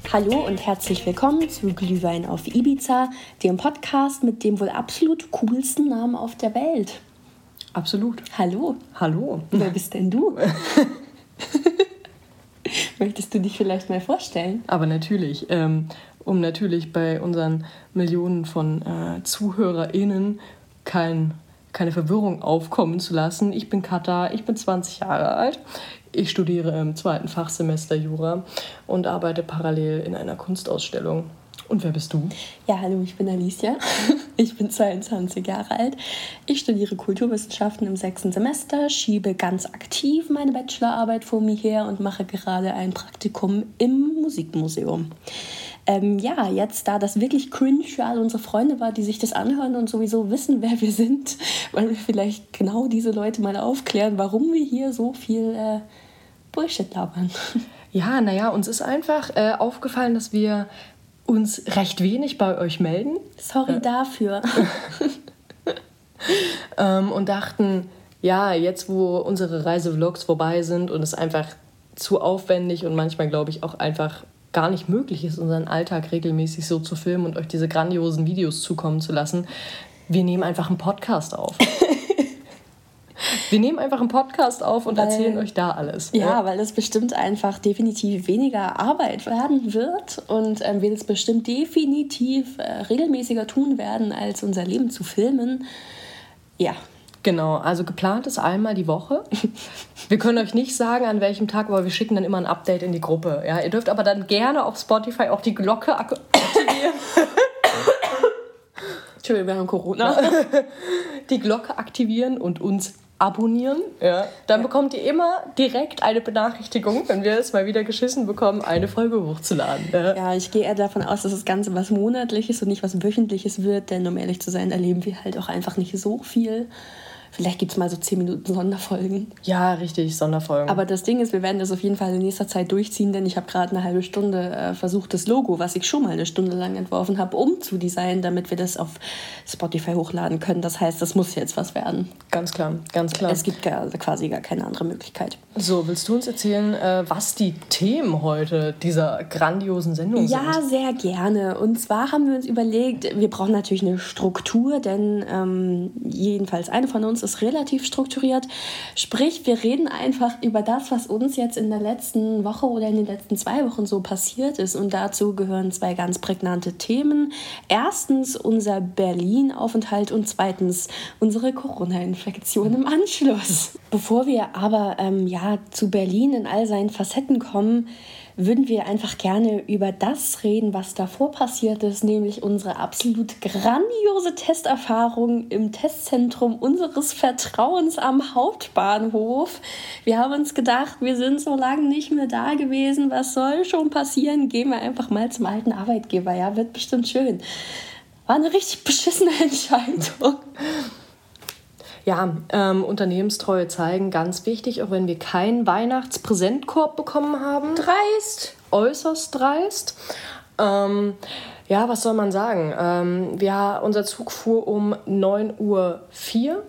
Hallo und herzlich willkommen zu Glühwein auf Ibiza, dem Podcast mit dem wohl absolut coolsten Namen auf der Welt. Absolut. Hallo. Hallo. Wer bist denn du? Möchtest du dich vielleicht mal vorstellen? Aber natürlich, um natürlich bei unseren Millionen von ZuhörerInnen keine Verwirrung aufkommen zu lassen. Ich bin Katha, ich bin 20 Jahre alt. Ich studiere im 2. Fachsemester Jura und arbeite parallel in einer Kunstausstellung. Und wer bist du? Ja, hallo, ich bin Alicia. Ich bin 22 Jahre alt. Ich studiere Kulturwissenschaften im 6. Semester, schiebe ganz aktiv meine Bachelorarbeit vor mir her und mache gerade ein Praktikum im Musikmuseum. Jetzt, da das wirklich cringe für all unsere Freunde war, die sich das anhören und sowieso wissen, wer wir sind, wollen wir vielleicht genau diese Leute mal aufklären, warum wir hier so viel Bullshit labern. Ja, uns ist einfach aufgefallen, dass wir uns recht wenig bei euch melden. Sorry dafür. Und dachten, ja, jetzt wo unsere Reisevlogs vorbei sind und es einfach zu aufwendig und manchmal, glaube ich, auch einfach gar nicht möglich ist, unseren Alltag regelmäßig so zu filmen und euch diese grandiosen Videos zukommen zu lassen, wir nehmen einfach einen Podcast auf. Wir nehmen einfach einen Podcast auf und erzählen euch da alles. Ja, weil es bestimmt einfach definitiv weniger Arbeit werden wird und wir das bestimmt definitiv regelmäßiger tun werden, als unser Leben zu filmen. Ja. Genau, also geplant ist einmal die Woche. Wir können euch nicht sagen, an welchem Tag, aber wir schicken dann immer ein Update in die Gruppe. Ja, ihr dürft aber dann gerne auf Spotify auch die Glocke aktivieren. Entschuldigung, wir haben Corona. Die Glocke aktivieren und uns abonnieren. Ja. Dann bekommt ihr immer direkt eine Benachrichtigung, wenn wir es mal wieder geschissen bekommen, eine Folge hochzuladen. Ja, ich gehe eher davon aus, dass das Ganze was Monatliches und nicht was Wöchentliches wird, denn um ehrlich zu sein, erleben wir halt auch einfach nicht so viel. Vielleicht gibt es mal so 10 Minuten Sonderfolgen. Ja, richtig, Sonderfolgen. Aber das Ding ist, wir werden das auf jeden Fall in nächster Zeit durchziehen, denn ich habe gerade eine halbe Stunde versucht, das Logo, was ich schon mal eine Stunde lang entworfen habe, umzudesignen, damit wir das auf Spotify hochladen können. Das heißt, das muss jetzt was werden. Ganz klar, ganz klar. Es gibt quasi gar keine andere Möglichkeit. So, willst du uns erzählen, was die Themen heute dieser grandiosen Sendung sind? Ja, sehr gerne. Und zwar haben wir uns überlegt, wir brauchen natürlich eine Struktur, denn jedenfalls eine von uns ist relativ strukturiert. Sprich, wir reden einfach über das, was uns jetzt in der letzten Woche oder in den letzten 2 Wochen so passiert ist. Und dazu gehören 2 ganz prägnante Themen. Erstens unser Berlin-Aufenthalt und zweitens unsere Corona-Infektion im Anschluss. Bevor wir aber zu Berlin in all seinen Facetten kommen, würden wir einfach gerne über das reden, was davor passiert ist, nämlich unsere absolut grandiose Testerfahrung im Testzentrum unseres Vertrauens am Hauptbahnhof. Wir haben uns gedacht, wir sind so lange nicht mehr da gewesen, was soll schon passieren? Gehen wir einfach mal zum alten Arbeitgeber, ja, wird bestimmt schön. War eine richtig beschissene Entscheidung. Ja, Unternehmenstreue zeigen, ganz wichtig, auch wenn wir keinen Weihnachtspräsentkorb bekommen haben. Dreist. Äußerst dreist. Was soll man sagen? Unser Zug fuhr um 9:04 Uhr.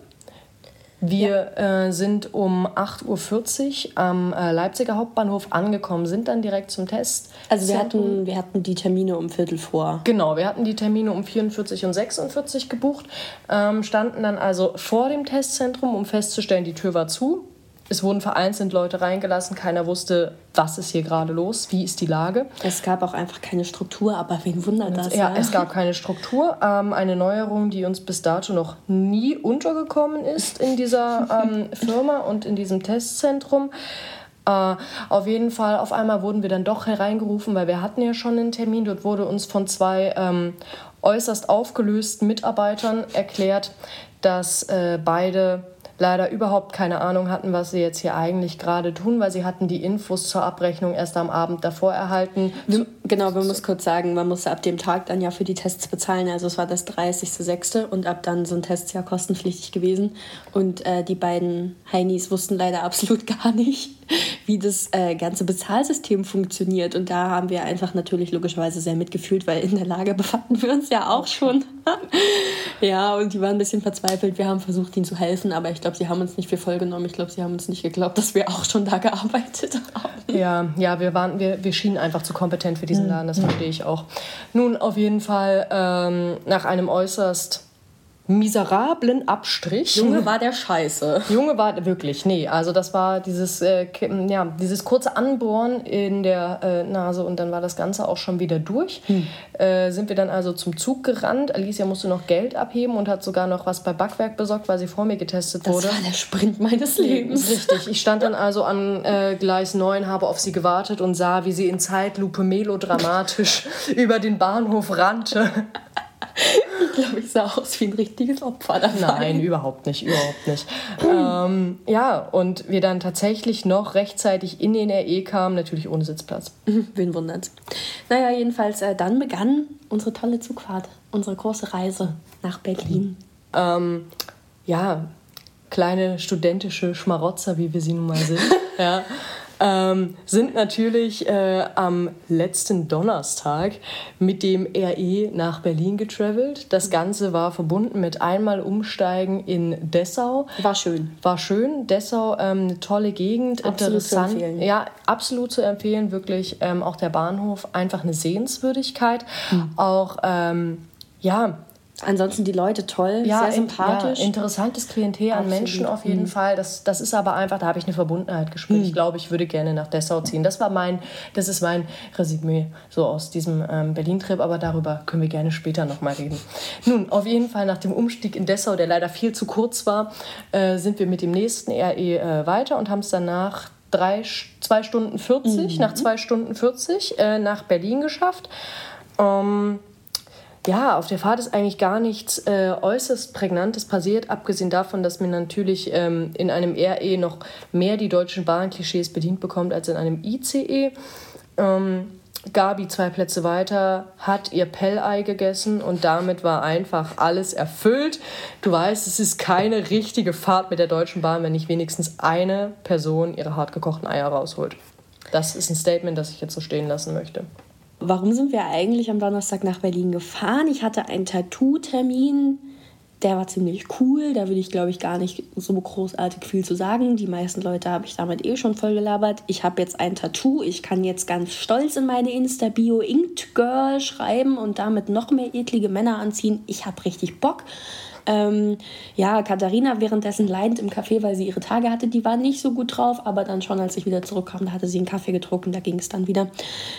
Wir sind um 8:40 Uhr am Leipziger Hauptbahnhof angekommen, sind dann direkt zum Test. Also wir hatten die Termine um Viertel vor. Genau, wir hatten die Termine um 44 und 46 gebucht, standen dann also vor dem Testzentrum, um festzustellen, die Tür war zu. Es wurden vereinzelt Leute reingelassen, keiner wusste, was ist hier gerade los, wie ist die Lage. Es gab auch einfach keine Struktur, aber wen wundert das? Ja, es gab keine Struktur. Eine Neuerung, die uns bis dato noch nie untergekommen ist in dieser Firma und in diesem Testzentrum. Auf jeden Fall, auf einmal wurden wir dann doch hereingerufen, weil wir hatten ja schon einen Termin. Dort wurde uns von 2 äußerst aufgelösten Mitarbeitern erklärt, dass beide leider überhaupt keine Ahnung hatten, was sie jetzt hier eigentlich gerade tun, weil sie hatten die Infos zur Abrechnung erst am Abend davor erhalten. Genau, man muss kurz sagen, man musste ab dem Tag dann ja für die Tests bezahlen, also es war das 30.06. und ab dann sind Tests ja kostenpflichtig gewesen und die beiden Heinis wussten leider absolut gar nicht, wie das ganze Bezahlsystem funktioniert. Und da haben wir einfach natürlich logischerweise sehr mitgefühlt, weil in der Lage befanden wir uns ja auch schon. Ja, und die waren ein bisschen verzweifelt. Wir haben versucht, ihnen zu helfen, aber ich glaube, sie haben uns nicht für voll genommen. Ich glaube, sie haben uns nicht geglaubt, dass wir auch schon da gearbeitet haben. Ja, wir schienen einfach zu kompetent für diesen Laden, das verstehe ich auch. Nun, auf jeden Fall nach einem äußerst miserablen Abstrich. Junge war der Scheiße. Junge war wirklich, nee. Also das war dieses kurze Anbohren in der Nase und dann war das Ganze auch schon wieder durch. Sind wir dann also zum Zug gerannt. Alicia musste noch Geld abheben und hat sogar noch was bei Backwerk besorgt, weil sie vor mir getestet wurde. Das war der Sprint meines Lebens. Richtig. Ich stand dann also an Gleis 9, habe auf sie gewartet und sah, wie sie in Zeitlupe melodramatisch über den Bahnhof rannte. Ich glaube, ich sah aus wie ein richtiges Opfer dabei. Nein, überhaupt nicht. Und wir dann tatsächlich noch rechtzeitig in den RE kamen, natürlich ohne Sitzplatz. Wen wundert's. Naja, jedenfalls dann begann unsere tolle Zugfahrt, unsere große Reise nach Berlin. Kleine studentische Schmarotzer, wie wir sie nun mal sind. Ja. Sind natürlich am letzten Donnerstag mit dem RE nach Berlin getravelt. Das Ganze war verbunden mit einmal Umsteigen in Dessau. War schön. Dessau, eine tolle Gegend, absolut interessant. Zu empfehlen. Ja, absolut zu empfehlen, wirklich. Auch der Bahnhof, einfach eine Sehenswürdigkeit. Auch, ansonsten die Leute toll, sehr sympathisch. Interessantes Klientel an Menschen auf jeden Fall. Das ist aber einfach, da habe ich eine Verbundenheit gespürt. Ich glaube, ich würde gerne nach Dessau ziehen. Das ist mein Resümee so aus diesem Berlin-Trip, aber darüber können wir gerne später nochmal reden. Nun, auf jeden Fall nach dem Umstieg in Dessau, der leider viel zu kurz war, sind wir mit dem nächsten RE weiter und haben es danach 2 Stunden 40, nach 2 Stunden 40 nach Berlin geschafft. Auf der Fahrt ist eigentlich gar nichts äußerst Prägnantes passiert, abgesehen davon, dass man natürlich in einem RE noch mehr die Deutschen Bahn-Klischees bedient bekommt als in einem ICE. Gabi 2 Plätze weiter hat ihr Pellei gegessen und damit war einfach alles erfüllt. Du weißt, es ist keine richtige Fahrt mit der Deutschen Bahn, wenn nicht wenigstens eine Person ihre hartgekochten Eier rausholt. Das ist ein Statement, das ich jetzt so stehen lassen möchte. Warum sind wir eigentlich am Donnerstag nach Berlin gefahren? Ich hatte einen Tattoo-Termin, der war ziemlich cool. Da würde ich, glaube ich, gar nicht so großartig viel zu sagen. Die meisten Leute habe ich damit schon voll gelabert. Ich habe jetzt ein Tattoo. Ich kann jetzt ganz stolz in meine Insta-Bio Inked Girl schreiben und damit noch mehr eklige Männer anziehen. Ich habe richtig Bock. Katharina währenddessen leidend im Café, weil sie ihre Tage hatte, die war nicht so gut drauf, aber dann schon, als ich wieder zurückkam, da hatte sie einen Kaffee getrunken, da ging es dann wieder.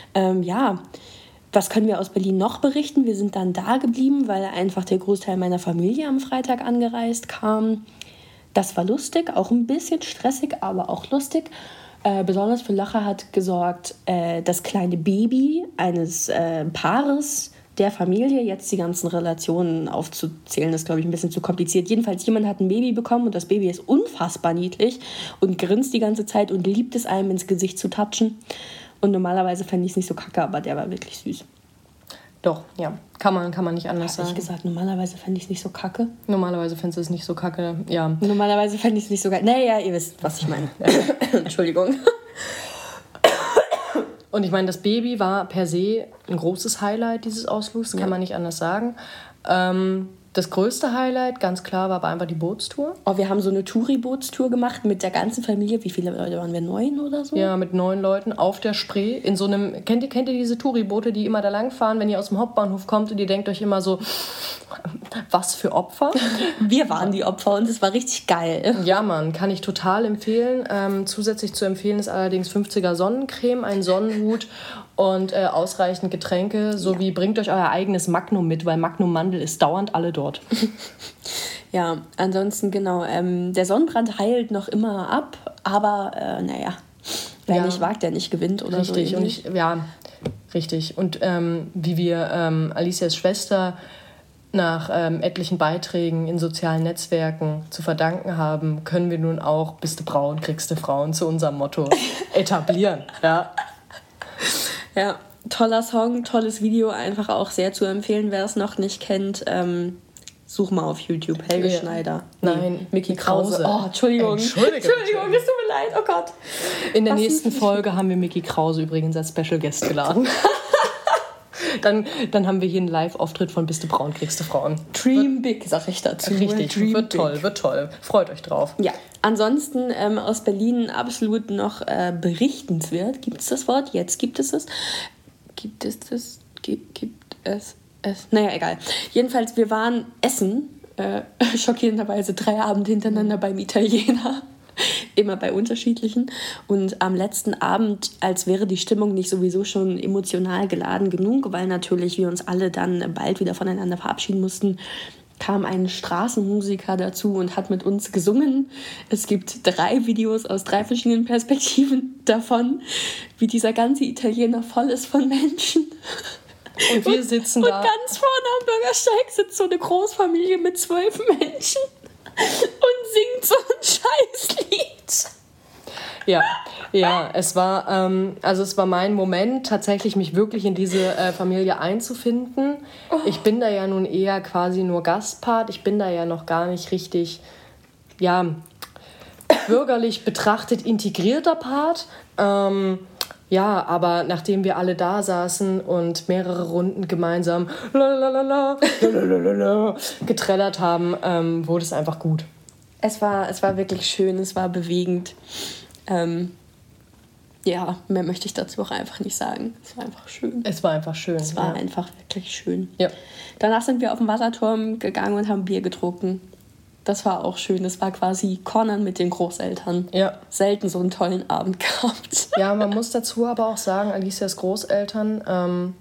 Was können wir aus Berlin noch berichten? Wir sind dann da geblieben, weil einfach der Großteil meiner Familie am Freitag angereist kam. Das war lustig, auch ein bisschen stressig, aber auch lustig. Besonders für Lacher hat gesorgt das kleine Baby eines Paares, der Familie. Jetzt die ganzen Relationen aufzuzählen, ist, glaube ich, ein bisschen zu kompliziert. Jedenfalls, jemand hat ein Baby bekommen und das Baby ist unfassbar niedlich und grinst die ganze Zeit und liebt es, einem ins Gesicht zu touchen. Und normalerweise fände ich es nicht so kacke, aber der war wirklich süß. Doch, ja. Kann man nicht anders sagen. Habe ich gesagt, normalerweise fände ich es nicht so kacke? Normalerweise fändest du es nicht so kacke, ja. Normalerweise fände ich es nicht so geil. Naja, ihr wisst, was ich meine. Entschuldigung. Und ich meine, das Baby war per se ein großes Highlight dieses Ausflugs, kann man nicht anders sagen. Das größte Highlight, ganz klar, war aber einfach die Bootstour. Oh, wir haben so eine Touri-Bootstour gemacht mit der ganzen Familie. Wie viele Leute waren wir? 9 oder so? Ja, mit 9 Leuten auf der Spree. In so einem, kennt ihr diese Touri-Boote, die immer da lang fahren, wenn ihr aus dem Hauptbahnhof kommt und ihr denkt euch immer so, was für Opfer? Wir waren die Opfer und es war richtig geil. Ja, Mann, kann ich total empfehlen. Zusätzlich zu empfehlen ist allerdings 50er Sonnencreme, ein Sonnenhut und ausreichend Getränke, sowie bringt euch euer eigenes Magnum mit, weil Magnum Mandel ist dauernd alle dort. Ja, ansonsten genau, der Sonnenbrand heilt noch immer ab, aber wer nicht wagt, der nicht gewinnt oder richtig, so. Richtig. Und wie wir Alicias Schwester nach etlichen Beiträgen in sozialen Netzwerken zu verdanken haben, können wir nun auch bist du braun, kriegst du Frauen zu unserem Motto etablieren. Ja, toller Song, tolles Video, einfach auch sehr zu empfehlen, wer es noch nicht kennt. Such mal auf YouTube. Helge Schneider. Nein, Micky Krause. Oh, Entschuldigung. Entschuldigung, es tut mir leid. Oh Gott. In der nächsten Folge haben wir Micky Krause übrigens als Special Guest geladen. Dann haben wir hier einen Live-Auftritt von Bist du braun, kriegst du Frauen. Dream big, sag ich dazu. Richtig, Dream wird toll. Freut euch drauf. Ja, ansonsten aus Berlin absolut noch berichtenswert. Gibt es das Wort? Jetzt gibt es es. Gibt es? Naja, egal. Jedenfalls, wir waren essen, schockierenderweise 3 Abende hintereinander beim Italiener. Immer bei unterschiedlichen. Und am letzten Abend, als wäre die Stimmung nicht sowieso schon emotional geladen genug, weil natürlich wir uns alle dann bald wieder voneinander verabschieden mussten, kam ein Straßenmusiker dazu und hat mit uns gesungen. Es gibt 3 Videos aus 3 verschiedenen Perspektiven davon, wie dieser ganze Italiener voll ist von Menschen. Und wir sitzen da. Und ganz vorne am Bürgersteig sitzt so eine Großfamilie mit 12 Menschen und singt so ein Scheißlied. Ja, es war mein Moment, tatsächlich mich wirklich in diese Familie einzufinden. Oh. Ich bin da ja nun eher quasi nur Gastpart. Ich bin da ja noch gar nicht richtig, bürgerlich betrachtet integrierter Part. Aber nachdem wir alle da saßen und mehrere Runden gemeinsam getrellert haben, wurde es einfach gut. Es war wirklich schön, es war bewegend. Mehr möchte ich dazu auch einfach nicht sagen. Es war einfach schön. Es war einfach wirklich schön. Ja. Danach sind wir auf den Wasserturm gegangen und haben Bier getrunken. Das war auch schön. Das war quasi Cornern mit den Großeltern. Ja. Selten so einen tollen Abend gehabt. Ja, man muss dazu aber auch sagen, Alicias Großeltern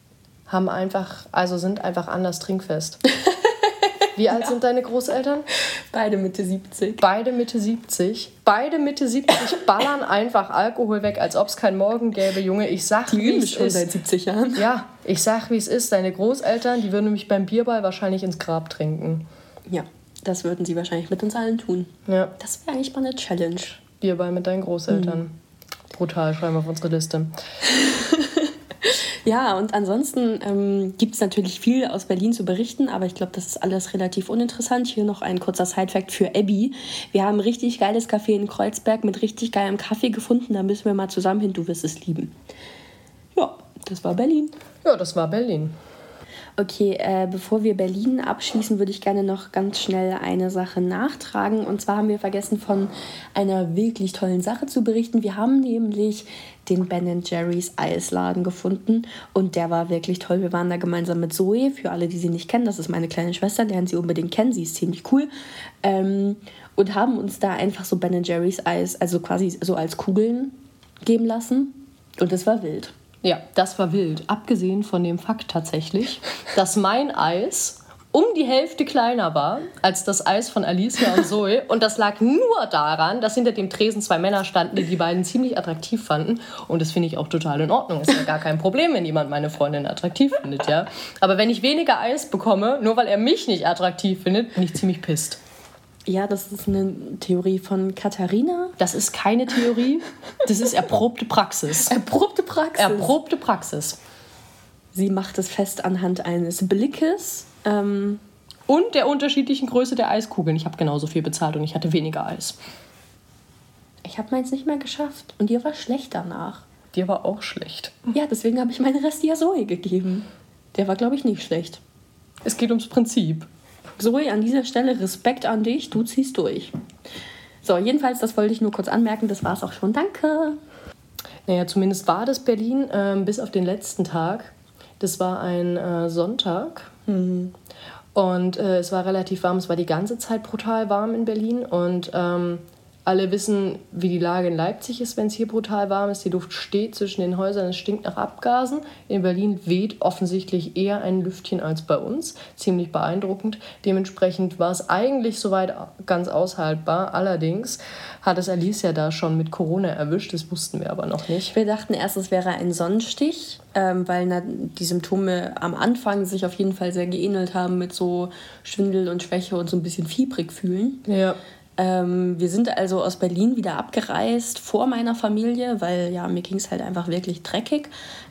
sind einfach anders trinkfest. Wie alt sind deine Großeltern? Beide Mitte 70. Beide Mitte 70 ballern einfach Alkohol weg, als ob es keinen Morgen gäbe. Junge, ich sag, wie es ist. Die schon seit 70 Jahren. Ja, ich sag, wie es ist. Deine Großeltern, die würden mich beim Bierball wahrscheinlich ins Grab trinken. Ja, das würden sie wahrscheinlich mit uns allen tun. Ja. Das wäre eigentlich mal eine Challenge. Bierball mit deinen Großeltern. Brutal, schreiben wir auf unsere Liste. Ja, und ansonsten gibt es natürlich viel aus Berlin zu berichten, aber ich glaube, das ist alles relativ uninteressant. Hier noch ein kurzer Sidefact für Abby. Wir haben ein richtig geiles Café in Kreuzberg mit richtig geilem Kaffee gefunden. Da müssen wir mal zusammen hin, du wirst es lieben. Ja, das war Berlin. Ja, das war Berlin. Okay, bevor wir Berlin abschließen, würde ich gerne noch ganz schnell eine Sache nachtragen. Und zwar haben wir vergessen, von einer wirklich tollen Sache zu berichten. Wir haben nämlich den Ben & Jerry's Eisladen gefunden und der war wirklich toll. Wir waren da gemeinsam mit Zoe. Für alle, die sie nicht kennen, das ist meine kleine Schwester, lernen sie unbedingt kennen. Sie ist ziemlich cool. Und haben uns da einfach so Ben & Jerry's Eis, also quasi so als Kugeln geben lassen. Und das war wild. Ja, das war wild. Abgesehen von dem Fakt tatsächlich, dass mein Eis um die Hälfte kleiner war als das Eis von Alicia und Zoe. Und das lag nur daran, dass hinter dem Tresen 2 Männer standen, die beiden ziemlich attraktiv fanden. Und das finde ich auch total in Ordnung. Ist ja gar kein Problem, wenn jemand meine Freundin attraktiv findet, ja. Aber wenn ich weniger Eis bekomme, nur weil er mich nicht attraktiv findet, bin ich ziemlich pisst. Ja, das ist eine Theorie von Katharina. Das ist keine Theorie, das ist erprobte Praxis. Erprobte Praxis. Sie macht es fest anhand eines Blickes. Und der unterschiedlichen Größe der Eiskugeln. Ich habe genauso viel bezahlt und ich hatte weniger Eis. Ich habe meins nicht mehr geschafft und dir war schlecht danach. Dir war auch schlecht. Ja, deswegen habe ich meine Reste ja Zoe gegeben. Der war, glaube ich, nicht schlecht. Es geht ums Prinzip. Zoe, an dieser Stelle Respekt an dich, du ziehst durch. So, jedenfalls, das wollte ich nur kurz anmerken, das war's auch schon. Danke. Naja, zumindest war das Berlin bis auf den letzten Tag. Das war ein Sonntag. Und es war relativ warm. Es war die ganze Zeit brutal warm in Berlin. Und alle wissen, wie die Lage in Leipzig ist, wenn es hier brutal warm ist. Die Luft steht zwischen den Häusern, es stinkt nach Abgasen. In Berlin weht offensichtlich eher ein Lüftchen als bei uns. Ziemlich beeindruckend. Dementsprechend war es eigentlich soweit ganz aushaltbar. Allerdings hat es Alicia da schon mit Corona erwischt. Das wussten wir aber noch nicht. Wir dachten erst, es wäre ein Sonnenstich, weil die Symptome am Anfang sich auf jeden Fall sehr geähnelt haben mit so Schwindel und Schwäche und so ein bisschen fiebrig fühlen. Ja. Wir sind also aus Berlin wieder abgereist vor meiner Familie, weil ja, mir ging es halt einfach wirklich dreckig.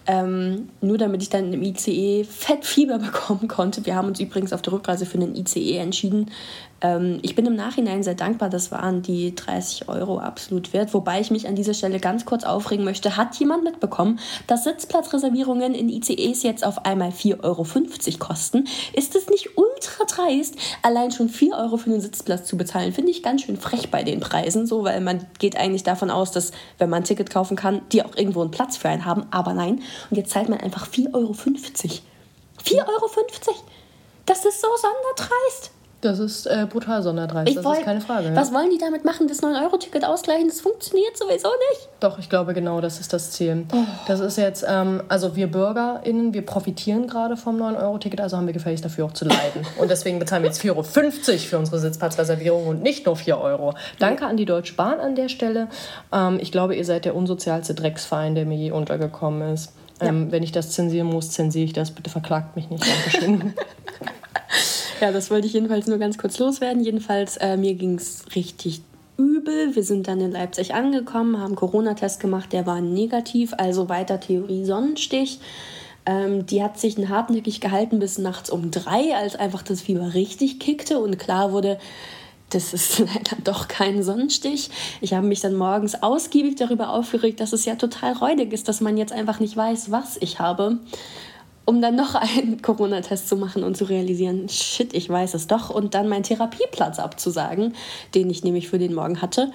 Nur damit ich dann im ICE Fettfieber bekommen konnte. Wir haben uns übrigens auf der Rückreise für einen ICE entschieden. Ich bin im Nachhinein sehr dankbar, das waren die 30 € absolut wert. Wobei ich mich an dieser Stelle ganz kurz aufregen möchte. Hat jemand mitbekommen, dass Sitzplatzreservierungen in ICEs jetzt auf einmal 4,50 € kosten? Ist es nicht ultra dreist, allein schon 4 € für einen Sitzplatz zu bezahlen? Finde ich ganz schön frech bei den Preisen, so, weil man geht eigentlich davon aus, dass, wenn man ein Ticket kaufen kann, die auch irgendwo einen Platz für einen haben. Aber nein, und jetzt zahlt man einfach 4,50 €. 4,50 €? Das ist so sonderdreist. Das ist brutal sonderdreist, das ist keine Frage. Ja. Was wollen die damit machen? Das 9-Euro-Ticket ausgleichen? Das funktioniert sowieso nicht. Doch, ich glaube genau, das ist das Ziel. Oh. Das ist jetzt, also wir BürgerInnen, wir profitieren gerade vom 9-Euro-Ticket, also haben wir gefälligst dafür auch zu leiden. Und deswegen bezahlen wir jetzt 4,50 € für unsere Sitzplatzreservierung und nicht nur 4 €. Danke an die Deutsche Bahn an der Stelle. Ich glaube, ihr seid der unsozialste Drecksverein, der mir je untergekommen ist. Ja. Wenn ich das zensieren muss, zensiere ich das. Bitte verklagt mich nicht. Dankeschön. Ja, das wollte ich jedenfalls nur ganz kurz loswerden. Jedenfalls, mir ging es richtig übel. Wir sind dann in Leipzig angekommen, haben Corona-Test gemacht, der war negativ, also weiter Theorie Sonnenstich. Die hat sich hartnäckig gehalten bis nachts um 3, als einfach das Fieber richtig kickte und klar wurde, das ist leider doch kein Sonnenstich. Ich habe mich dann morgens ausgiebig darüber aufgeregt, dass es ja total räudig ist, dass man jetzt einfach nicht weiß, was ich habe, um dann noch einen Corona-Test zu machen und zu realisieren, shit, ich weiß es doch. Und dann meinen Therapieplatz abzusagen, den ich nämlich für den Morgen hatte.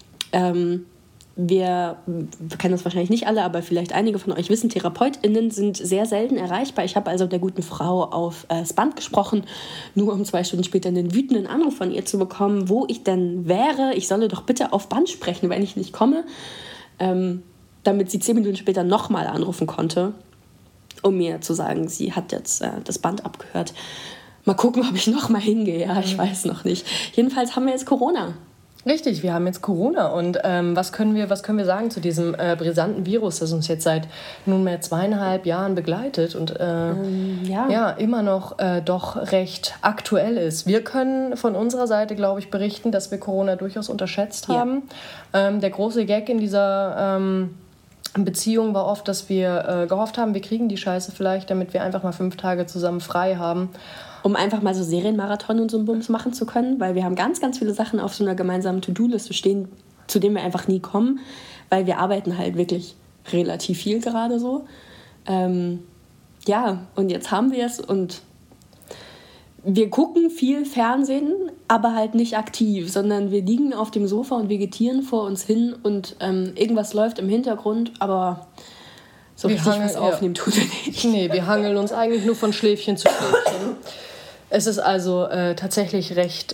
Wir kennen das wahrscheinlich nicht alle, aber vielleicht einige von euch wissen, TherapeutInnen sind sehr selten erreichbar. Ich habe also der guten Frau aufs Band gesprochen, nur um 2 Stunden später einen wütenden Anruf von ihr zu bekommen, wo ich denn wäre. Ich solle doch bitte auf Band sprechen, wenn ich nicht komme, damit sie 10 Minuten später nochmal anrufen konnte, um mir zu sagen, sie hat jetzt das Band abgehört. Mal gucken, ob ich noch mal hingehe. Ja, ich weiß noch nicht. Jedenfalls haben wir jetzt Corona. Richtig, wir haben jetzt Corona. Und was können wir sagen zu diesem brisanten Virus, das uns jetzt seit nunmehr 2,5 Jahren begleitet und immer noch doch recht aktuell ist? Wir können von unserer Seite, glaube ich, berichten, dass wir Corona durchaus unterschätzt haben. Der große Gag in dieser Beziehung war oft, dass wir gehofft haben, wir kriegen die Scheiße vielleicht, damit wir einfach mal 5 Tage zusammen frei haben. Um einfach mal so Serienmarathon und so einen Bums machen zu können, weil wir haben ganz, ganz viele Sachen auf so einer gemeinsamen To-Do-Liste stehen, zu denen wir einfach nie kommen, weil wir arbeiten halt wirklich relativ viel gerade so. Und jetzt haben wir es und wir gucken viel Fernsehen, aber halt nicht aktiv, sondern wir liegen auf dem Sofa und vegetieren vor uns hin und irgendwas läuft im Hintergrund, aber so richtig was aufnehmen tut er nicht. Nee, wir hangeln uns eigentlich nur von Schläfchen zu Schläfchen. Es ist also tatsächlich recht,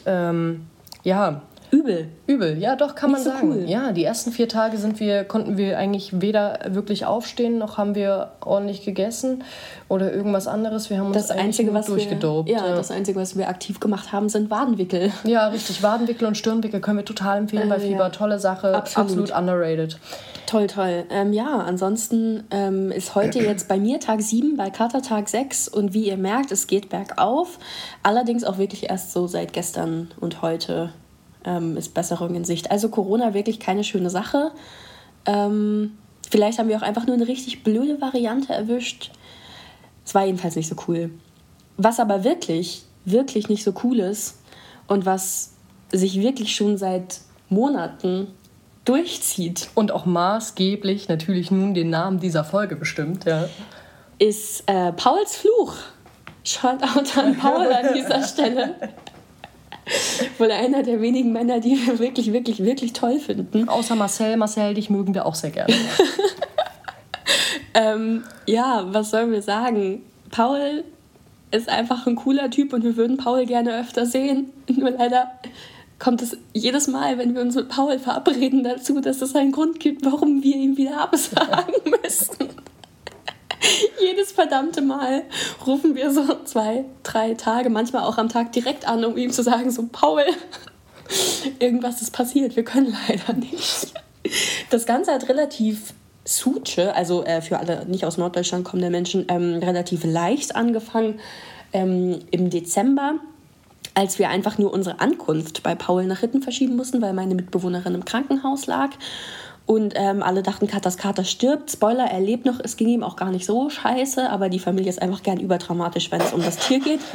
Übel, ja doch, kann man sagen. Cool. Ja, die ersten 4 Tage konnten wir eigentlich weder wirklich aufstehen, noch haben wir ordentlich gegessen oder irgendwas anderes. Wir haben uns durchgedopt. Das Einzige, was wir aktiv gemacht haben, sind Wadenwickel. Ja, richtig, Wadenwickel und Stirnwickel können wir total empfehlen bei Fieber. Ja. Tolle Sache, absolut underrated. Toll. Ansonsten ist heute jetzt bei mir Tag 7, bei Kater Tag 6 und wie ihr merkt, es geht bergauf. Allerdings auch wirklich erst so seit gestern und heute ist Besserung in Sicht. Also Corona wirklich keine schöne Sache. Vielleicht haben wir auch einfach nur eine richtig blöde Variante erwischt. Es war jedenfalls nicht so cool. Was aber wirklich, wirklich nicht so cool ist und was sich wirklich schon seit Monaten durchzieht. Und auch maßgeblich natürlich nun den Namen dieser Folge bestimmt, ja. Ist Pauls Fluch. Shoutout an Paul an dieser Stelle. Wohl einer der wenigen Männer, die wir wirklich, wirklich, wirklich toll finden. Außer Marcel. Marcel, dich mögen wir auch sehr gerne. Was sollen wir sagen? Paul ist einfach ein cooler Typ und wir würden Paul gerne öfter sehen. Nur leider kommt es jedes Mal, wenn wir uns mit Paul verabreden, dazu, dass es einen Grund gibt, warum wir ihm wieder absagen müssen. Jedes verdammte Mal rufen wir so 2, 3 Tage, manchmal auch am Tag direkt an, um ihm zu sagen, so Paul, irgendwas ist passiert, wir können leider nicht. Das Ganze hat relativ also für alle nicht aus Norddeutschland kommende Menschen, relativ leicht angefangen im Dezember, als wir einfach nur unsere Ankunft bei Paul nach hinten verschieben mussten, weil meine Mitbewohnerin im Krankenhaus lag. Und alle dachten, dass Kater stirbt. Spoiler, er lebt noch. Es ging ihm auch gar nicht so scheiße, aber die Familie ist einfach gern überdramatisch, wenn es um das Tier geht.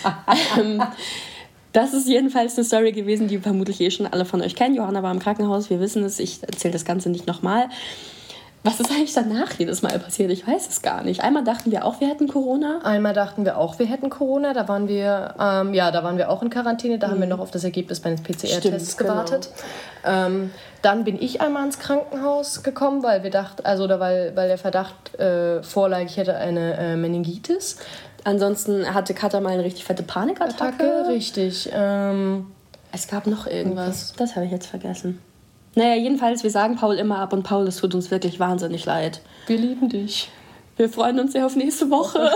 Das ist jedenfalls eine Story gewesen, die vermutlich schon alle von euch kennen. Johanna war im Krankenhaus, wir wissen es. Ich erzähle das Ganze nicht nochmal. Was ist eigentlich danach jedes Mal passiert? Ich weiß es gar nicht. Einmal dachten wir auch, wir hätten Corona. Da waren wir auch in Quarantäne. Da haben wir noch auf das Ergebnis meines PCR-Tests gewartet. Genau. Dann bin ich einmal ins Krankenhaus gekommen, weil wir dachten, weil der Verdacht vorlag, ich hätte eine Meningitis. Ansonsten hatte Katha mal eine richtig fette Panikattacke. Richtig. Es gab noch irgendwas. Okay. Das habe ich jetzt vergessen. Naja, jedenfalls, wir sagen Paul immer ab und Paul, es tut uns wirklich wahnsinnig leid. Wir lieben dich. Wir freuen uns sehr auf nächste Woche.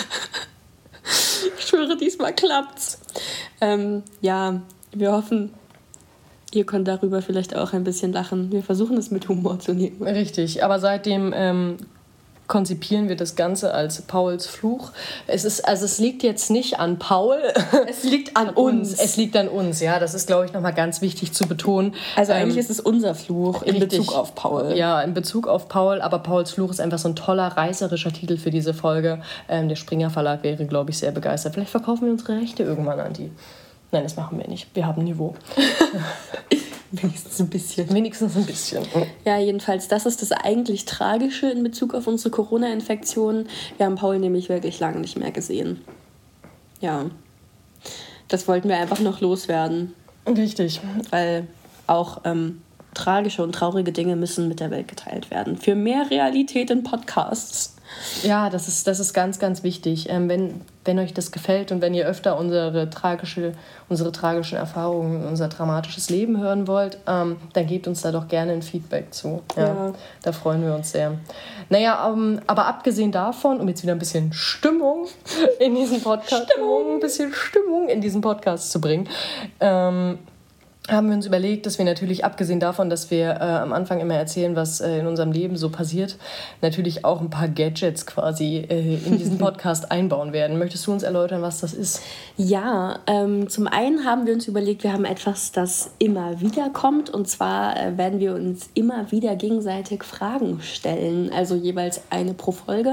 Ich schwöre, diesmal klappt's. Ja, wir hoffen, ihr könnt darüber vielleicht auch ein bisschen lachen. Wir versuchen es mit Humor zu nehmen. Richtig, aber seitdem konzipieren wir das Ganze als Pauls Fluch. Es liegt jetzt nicht an Paul. Es liegt an uns. Es liegt an uns, ja. Das ist, glaube ich, nochmal ganz wichtig zu betonen. Also eigentlich ist es unser Fluch in Bezug auf Paul. Ja, in Bezug auf Paul. Aber Pauls Fluch ist einfach so ein toller, reißerischer Titel für diese Folge. Der Springer Verlag wäre, glaube ich, sehr begeistert. Vielleicht verkaufen wir unsere Rechte irgendwann an die. Nein, das machen wir nicht. Wir haben Niveau. Wenigstens ein bisschen. Ja, jedenfalls, das ist das eigentlich Tragische in Bezug auf unsere Corona-Infektion. Wir haben Paul nämlich wirklich lange nicht mehr gesehen. Ja, das wollten wir einfach noch loswerden. Richtig. Weil auch tragische und traurige Dinge müssen mit der Welt geteilt werden. Für mehr Realität in Podcasts. Ja, das ist ganz, ganz wichtig. Wenn euch das gefällt und wenn ihr öfter unsere tragischen Erfahrungen, unser dramatisches Leben hören wollt, dann gebt uns da doch gerne ein Feedback zu. Ja. Da freuen wir uns sehr. Naja, aber abgesehen davon, um jetzt wieder ein bisschen Stimmung in diesen Podcast, Stimmung in diesen Podcast zu bringen, haben wir uns überlegt, dass wir natürlich, abgesehen davon, dass wir am Anfang immer erzählen, was in unserem Leben so passiert, natürlich auch ein paar Gadgets quasi in diesen Podcast einbauen werden. Möchtest du uns erläutern, was das ist? Ja, zum einen haben wir uns überlegt, wir haben etwas, das immer wieder kommt. Und zwar werden wir uns immer wieder gegenseitig Fragen stellen, also jeweils eine pro Folge.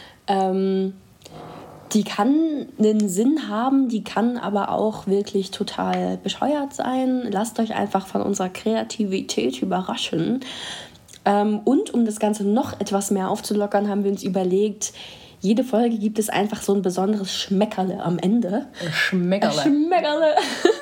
Die kann einen Sinn haben, die kann aber auch wirklich total bescheuert sein. Lasst euch einfach von unserer Kreativität überraschen. Und um das Ganze noch etwas mehr aufzulockern, haben wir uns überlegt, jede Folge gibt es einfach so ein besonderes Schmeckerle am Ende. Schmeckerle.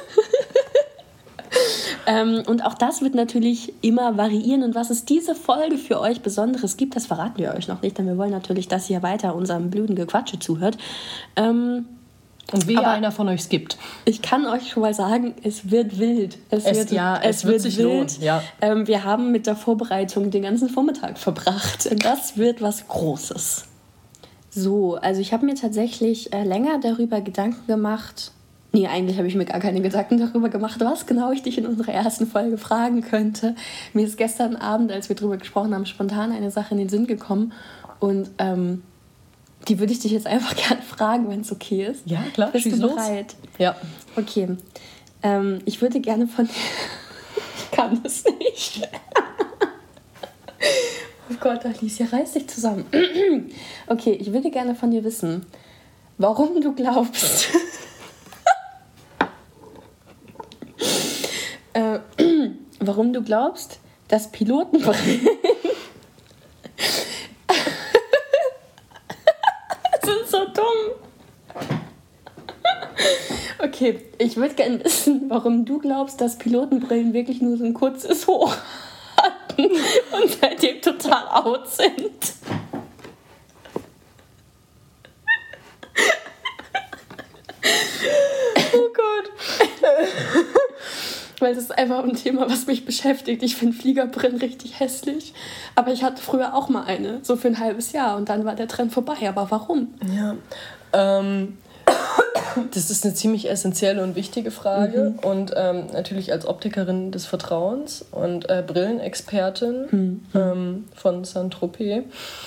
Und auch das wird natürlich immer variieren. Und was es diese Folge für euch Besonderes gibt, das verraten wir euch noch nicht. Denn wir wollen natürlich, dass ihr weiter unserem blöden Gequatsche zuhört. Und wie einer von euch skippt. Ich kann euch schon mal sagen, es wird wild. Es wird sich lohnen. Ja. Wir haben mit der Vorbereitung den ganzen Vormittag verbracht. Das wird was Großes. So, also ich habe mir tatsächlich länger darüber Gedanken gemacht. Nee, eigentlich habe ich mir gar keine Gedanken darüber gemacht, was genau ich dich in unserer ersten Folge fragen könnte. Mir ist gestern Abend, als wir darüber gesprochen haben, spontan eine Sache in den Sinn gekommen. Und die würde ich dich jetzt einfach gerne fragen, wenn es okay ist. Ja, klar. Bist du bereit? Ja. Okay. Ich würde gerne von dir... Ich kann das nicht. Oh Gott, Alicia, reiß dich zusammen. Okay, ich würde gerne von dir wissen, warum du glaubst... warum du glaubst, dass Pilotenbrillen sind so dumm. Okay, ich würde gerne wissen, warum du glaubst, dass Pilotenbrillen wirklich nur so ein kurzes Hoch hatten und seitdem total out sind. Oh Gott. Weil das ist einfach ein Thema, was mich beschäftigt. Ich finde Fliegerbrillen richtig hässlich. Aber ich hatte früher auch mal eine, so für ein halbes Jahr. Und dann war der Trend vorbei. Aber warum? Ja, das ist eine ziemlich essentielle und wichtige Frage. Mhm. Und natürlich als Optikerin des Vertrauens und Brillenexpertin von Saint-Tropez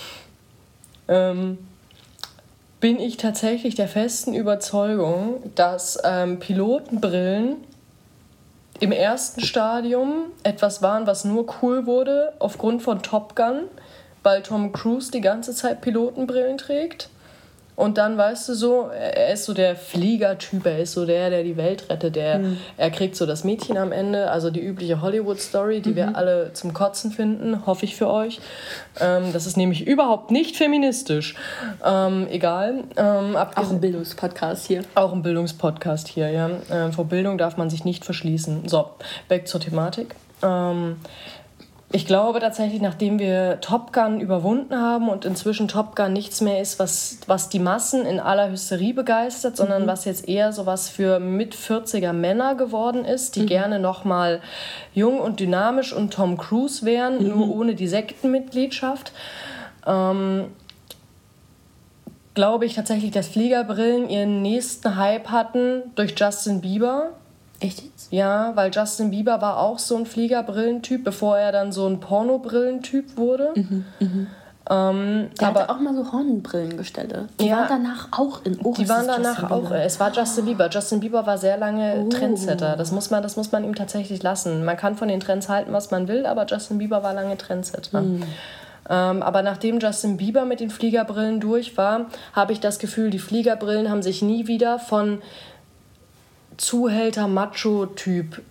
bin ich tatsächlich der festen Überzeugung, dass Pilotenbrillen im ersten Stadium etwas waren, was nur cool wurde aufgrund von Top Gun, weil Tom Cruise die ganze Zeit Pilotenbrillen trägt. Und dann, weißt du so, er ist so der Fliegertyp, er ist so der die Welt rettet. Er kriegt so das Mädchen am Ende, also die übliche Hollywood-Story, die wir alle zum Kotzen finden, hoffe ich für euch. Das ist nämlich überhaupt nicht feministisch. Egal. Auch ein Bildungspodcast hier. Auch ein Bildungspodcast hier, ja. Vor Bildung darf man sich nicht verschließen. So, back zur Thematik. Ich glaube tatsächlich, nachdem wir Top Gun überwunden haben und inzwischen Top Gun nichts mehr ist, was die Massen in aller Hysterie begeistert, sondern was jetzt eher sowas für Mit-40er Männer geworden ist, die gerne nochmal jung und dynamisch und Tom Cruise wären, nur ohne die Sektenmitgliedschaft, glaube ich tatsächlich, dass Fliegerbrillen ihren nächsten Hype hatten durch Justin Bieber. Echt jetzt? Ja, weil Justin Bieber war auch so ein Fliegerbrillentyp, bevor er dann so ein Pornobrillentyp wurde. Der hatte auch mal so Hornbrillengestellte. Die waren danach auch in Die waren danach auch. Es war Justin Bieber. Justin Bieber war sehr lange Trendsetter. Das muss man ihm tatsächlich lassen. Man kann von den Trends halten, was man will, aber Justin Bieber war lange Trendsetter. Aber nachdem Justin Bieber mit den Fliegerbrillen durch war, habe ich das Gefühl, die Fliegerbrillen haben sich nie wieder von Zuhälter-Macho-Typ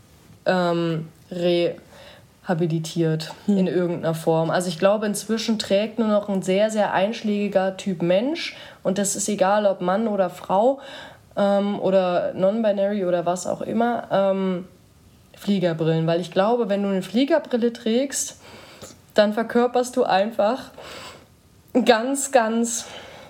rehabilitiert in irgendeiner Form. Also ich glaube, inzwischen trägt nur noch ein sehr, sehr einschlägiger Typ Mensch, und das ist egal, ob Mann oder Frau oder non-binary oder was auch immer, Fliegerbrillen. Weil ich glaube, wenn du eine Fliegerbrille trägst, dann verkörperst du einfach eine ganz, ganz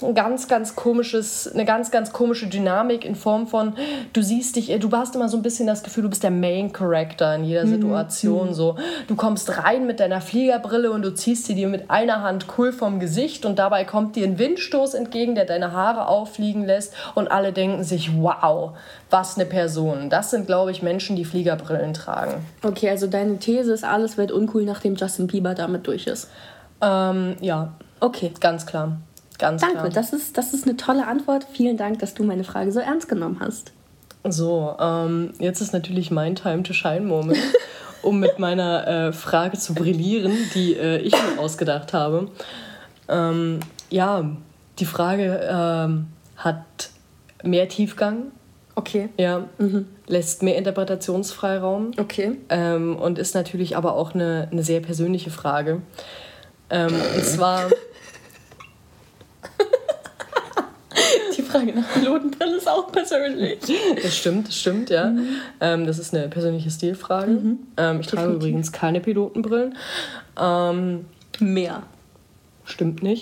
komische Dynamik in Form von, du hast immer so ein bisschen das Gefühl, du bist der Main Character in jeder Situation. So. Du kommst rein mit deiner Fliegerbrille und du ziehst sie dir mit einer Hand cool vom Gesicht, und dabei kommt dir ein Windstoß entgegen, der deine Haare auffliegen lässt, und alle denken sich, wow, was eine Person. Das sind, glaube ich, Menschen, die Fliegerbrillen tragen. Okay, also deine These ist, alles wird uncool, nachdem Justin Bieber damit durch ist. Ja. Okay. Ganz klar. Danke, das ist eine tolle Antwort. Vielen Dank, dass du meine Frage so ernst genommen hast. So, jetzt ist natürlich mein Time to Shine Moment, um mit meiner Frage zu brillieren, die ich mir ausgedacht habe. Die Frage hat mehr Tiefgang. Okay. Ja, lässt mehr Interpretationsfreiraum. Okay. Und ist natürlich aber auch eine sehr persönliche Frage. Und zwar... Die Frage nach Pilotenbrille ist auch persönlich. Das stimmt, ja. Das ist eine persönliche Stilfrage. Ich trage übrigens keine Pilotenbrillen. Mehr. Stimmt nicht.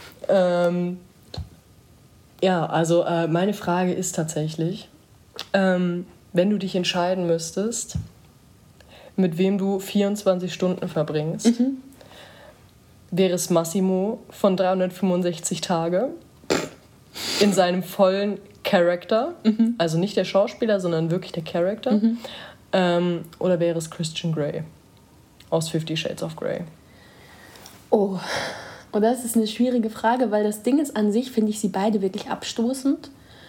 Meine Frage ist tatsächlich, wenn du dich entscheiden müsstest, mit wem du 24 Stunden verbringst, wäre es Massimo von 365 Tage in seinem vollen Charakter, also nicht der Schauspieler, sondern wirklich der Charakter, oder wäre es Christian Grey aus 50 Shades of Grey? Oh, das ist eine schwierige Frage, weil das Ding ist, an sich finde ich sie beide wirklich abstoßend.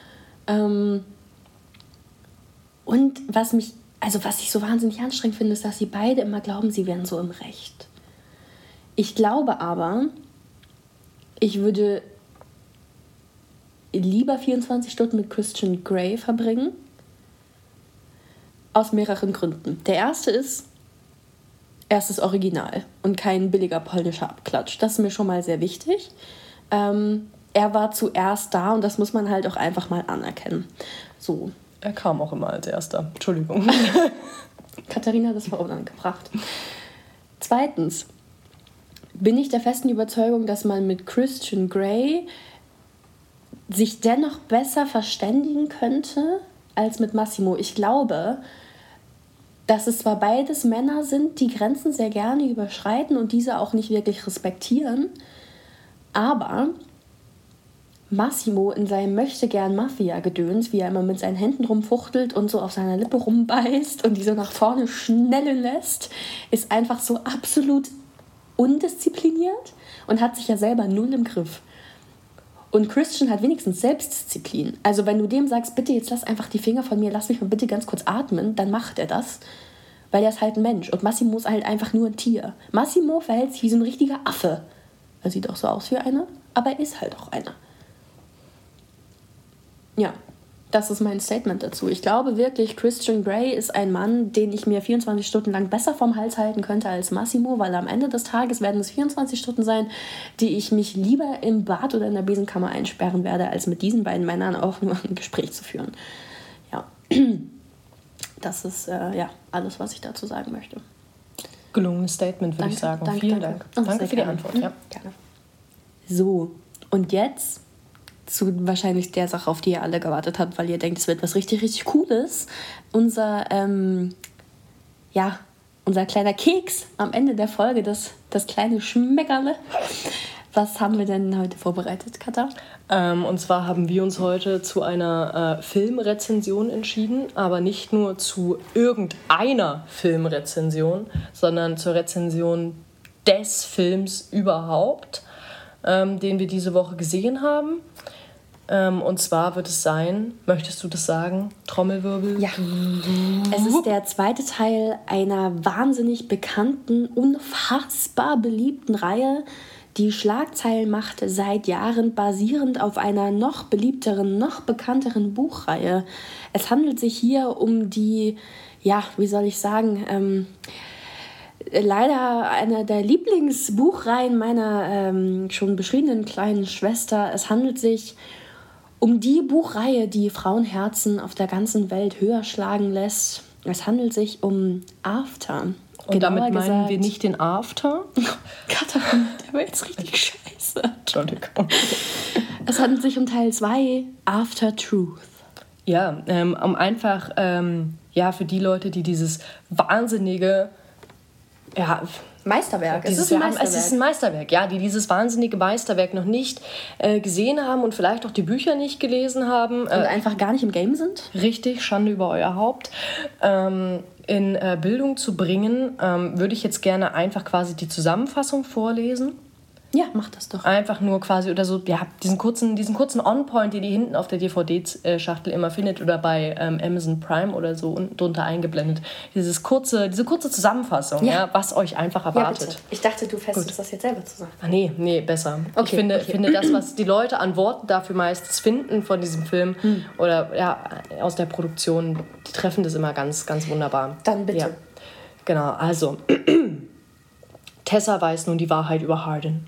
Und was ich so wahnsinnig anstrengend finde, ist, dass sie beide immer glauben, sie wären so im Recht. Ich glaube aber, ich würde lieber 24 Stunden mit Christian Grey verbringen. Aus mehreren Gründen. Der erste ist, er ist das Original und kein billiger polnischer Abklatsch. Das ist mir schon mal sehr wichtig. Er war zuerst da, und das muss man halt auch einfach mal anerkennen. So. Er kam auch immer als Erster. Entschuldigung. Katharina, das war unangebracht. Zweitens bin ich der festen Überzeugung, dass man mit Christian Grey sich dennoch besser verständigen könnte als mit Massimo. Ich glaube, dass es zwar beides Männer sind, die Grenzen sehr gerne überschreiten und diese auch nicht wirklich respektieren, aber Massimo in seinem Möchtegern-Mafia-Gedöns, wie er immer mit seinen Händen rumfuchtelt und so auf seiner Lippe rumbeißt und die so nach vorne schnellen lässt, ist einfach so absolut undiszipliniert und hat sich ja selber null im Griff. Und Christian hat wenigstens Selbstdisziplin. Also wenn du dem sagst, bitte jetzt lass einfach die Finger von mir, lass mich mal bitte ganz kurz atmen, dann macht er das. Weil er ist halt ein Mensch und Massimo ist halt einfach nur ein Tier. Massimo verhält sich wie so ein richtiger Affe. Er sieht auch so aus wie einer, aber er ist halt auch einer. Ja, das ist mein Statement dazu. Ich glaube wirklich, Christian Grey ist ein Mann, den ich mir 24 Stunden lang besser vom Hals halten könnte als Massimo, weil am Ende des Tages werden es 24 Stunden sein, die ich mich lieber im Bad oder in der Besenkammer einsperren werde, als mit diesen beiden Männern auch nur ein Gespräch zu führen. Ja, das ist alles, was ich dazu sagen möchte. Gelungenes Statement, würde ich sagen. Vielen Dank. Danke für die Antwort. Ja. Gerne. So, und jetzt zu wahrscheinlich der Sache, auf die ihr alle gewartet habt, weil ihr denkt, es wird was richtig, richtig Cooles. Unser kleiner Keks am Ende der Folge, das kleine Schmeckerle. Was haben wir denn heute vorbereitet, Katha? Und zwar haben wir uns heute zu einer Filmrezension entschieden, aber nicht nur zu irgendeiner Filmrezension, sondern zur Rezension des Films überhaupt, den wir diese Woche gesehen haben. Und zwar wird es sein, möchtest du das sagen? Trommelwirbel? Ja. Es ist der zweite Teil einer wahnsinnig bekannten, unfassbar beliebten Reihe, die Schlagzeilen macht seit Jahren, basierend auf einer noch beliebteren, noch bekannteren Buchreihe. Es handelt sich hier um die, leider eine der Lieblingsbuchreihen meiner schon beschriebenen kleinen Schwester. Es handelt sich um die Buchreihe, die Frauenherzen auf der ganzen Welt höher schlagen lässt. Es handelt sich um After. Und damit meinen wir nicht den After? Katharina, der war jetzt richtig scheiße. Entschuldigung. Es handelt sich um Teil 2, After Truth. Ja, um einfach, für die Leute, die dieses wahnsinnige, Meisterwerk. Es ist ein Meisterwerk, ja, die dieses wahnsinnige Meisterwerk noch nicht gesehen haben und vielleicht auch die Bücher nicht gelesen haben. Und einfach gar nicht im Game sind. Richtig, Schande über euer Haupt. In Bildung zu bringen, würde ich jetzt gerne einfach quasi die Zusammenfassung vorlesen. Ja, mach das doch. Einfach nur quasi oder so, diesen kurzen On-Point, den ihr hinten auf der DVD-Schachtel immer findet oder bei Amazon Prime oder so unten drunter eingeblendet. Diese kurze Zusammenfassung, was euch einfach erwartet. Ja, bitte. Ich dachte, du festest das jetzt selber zusammen. Ach, nee, besser. Okay, ich finde das, was die Leute an Worten dafür meistens finden von diesem Film oder aus der Produktion, die treffen das immer ganz, ganz wunderbar. Dann bitte. Ja. Genau, also Tessa weiß nun die Wahrheit über Hardin.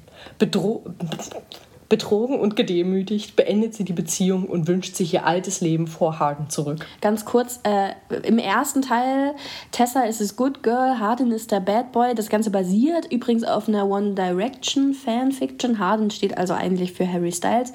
Betrogen und gedemütigt beendet sie die Beziehung und wünscht sich ihr altes Leben vor Hardin zurück. Ganz kurz, im ersten Teil, Tessa ist das Good Girl, Hardin ist der Bad Boy. Das Ganze basiert übrigens auf einer One Direction Fanfiction. Hardin steht also eigentlich für Harry Styles.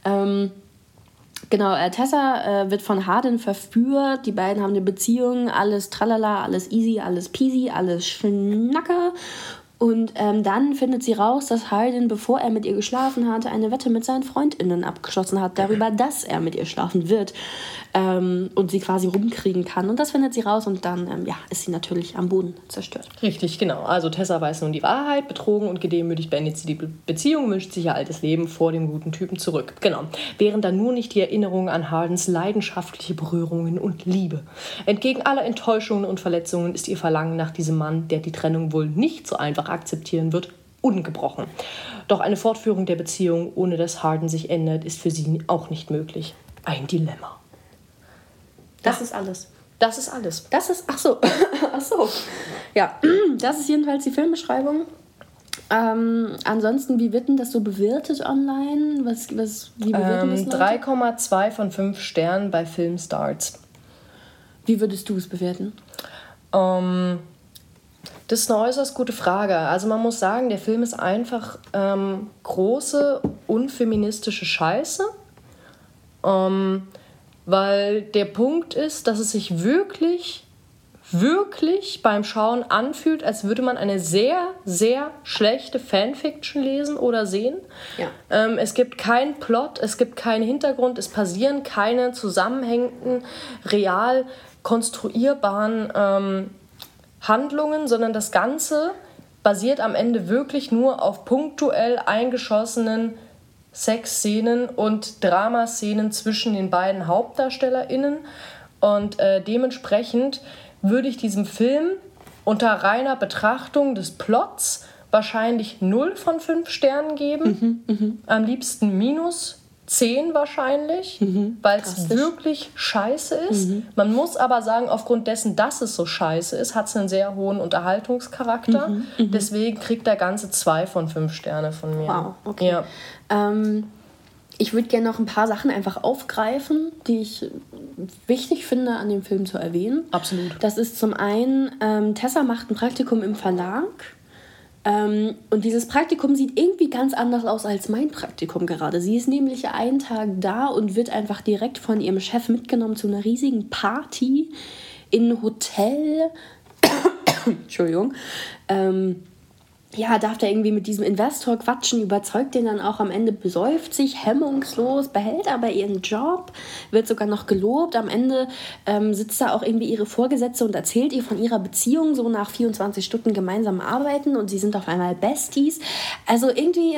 Tessa wird von Hardin verführt. Die beiden haben eine Beziehung. Alles tralala, alles easy, alles peasy, alles Schnacker. Und dann findet sie raus, dass Hardin, bevor er mit ihr geschlafen hatte, eine Wette mit seinen FreundInnen abgeschlossen hat, darüber, dass er mit ihr schlafen wird und sie quasi rumkriegen kann. Und das findet sie raus und dann ist sie natürlich am Boden zerstört. Richtig, genau. Also Tessa weiß nun die Wahrheit, betrogen und gedemütigt beendet sie die Beziehung, wünscht sich ihr altes Leben vor dem guten Typen zurück. Genau. Während dann nur nicht die Erinnerung an Hardins leidenschaftliche Berührungen und Liebe. Entgegen aller Enttäuschungen und Verletzungen ist ihr Verlangen nach diesem Mann, der die Trennung wohl nicht so einfach akzeptieren wird, ungebrochen. Doch eine Fortführung der Beziehung, ohne dass Hardin sich ändert, ist für sie auch nicht möglich. Ein Dilemma. Das ist alles. Das ist alles. Das ist, ach so. Ja, das ist jedenfalls die Filmbeschreibung. Ansonsten, wie wird denn das so bewertet online? Wie bewerten das Leute? 3,2 von 5 Sternen bei Filmstarts. Wie würdest du es bewerten? Das ist eine äußerst gute Frage. Also man muss sagen, der Film ist einfach große, unfeministische Scheiße. Weil der Punkt ist, dass es sich wirklich beim Schauen anfühlt, als würde man eine sehr, sehr schlechte Fanfiction lesen oder sehen. Ja. Es gibt keinen Plot, es gibt keinen Hintergrund, es passieren keine zusammenhängenden, real konstruierbaren Handlungen, sondern das Ganze basiert am Ende wirklich nur auf punktuell eingeschossenen Sexszenen und Dramaszenen zwischen den beiden HauptdarstellerInnen. Und dementsprechend würde ich diesem Film unter reiner Betrachtung des Plots wahrscheinlich 0 von 5 Sternen geben. Am liebsten -10 wahrscheinlich, weil es wirklich scheiße ist. Man muss aber sagen, aufgrund dessen, dass es so scheiße ist, hat es einen sehr hohen Unterhaltungscharakter. Deswegen kriegt der Ganze 2 von 5 Sterne von mir. Wow, okay. Ja. Ich würde gerne noch ein paar Sachen einfach aufgreifen, die ich wichtig finde, an dem Film zu erwähnen. Absolut. Das ist zum einen, Tessa macht ein Praktikum im Verlag. Und dieses Praktikum sieht irgendwie ganz anders aus als mein Praktikum gerade. Sie ist nämlich einen Tag da und wird einfach direkt von ihrem Chef mitgenommen zu einer riesigen Party in ein Hotel. Entschuldigung. Ja, darf da irgendwie mit diesem Investor quatschen, überzeugt den dann auch am Ende, besäuft sich hemmungslos, behält aber ihren Job, wird sogar noch gelobt. Am Ende sitzt da auch irgendwie ihre Vorgesetzte und erzählt ihr von ihrer Beziehung, so nach 24 Stunden gemeinsam arbeiten und sie sind auf einmal Besties. Also irgendwie...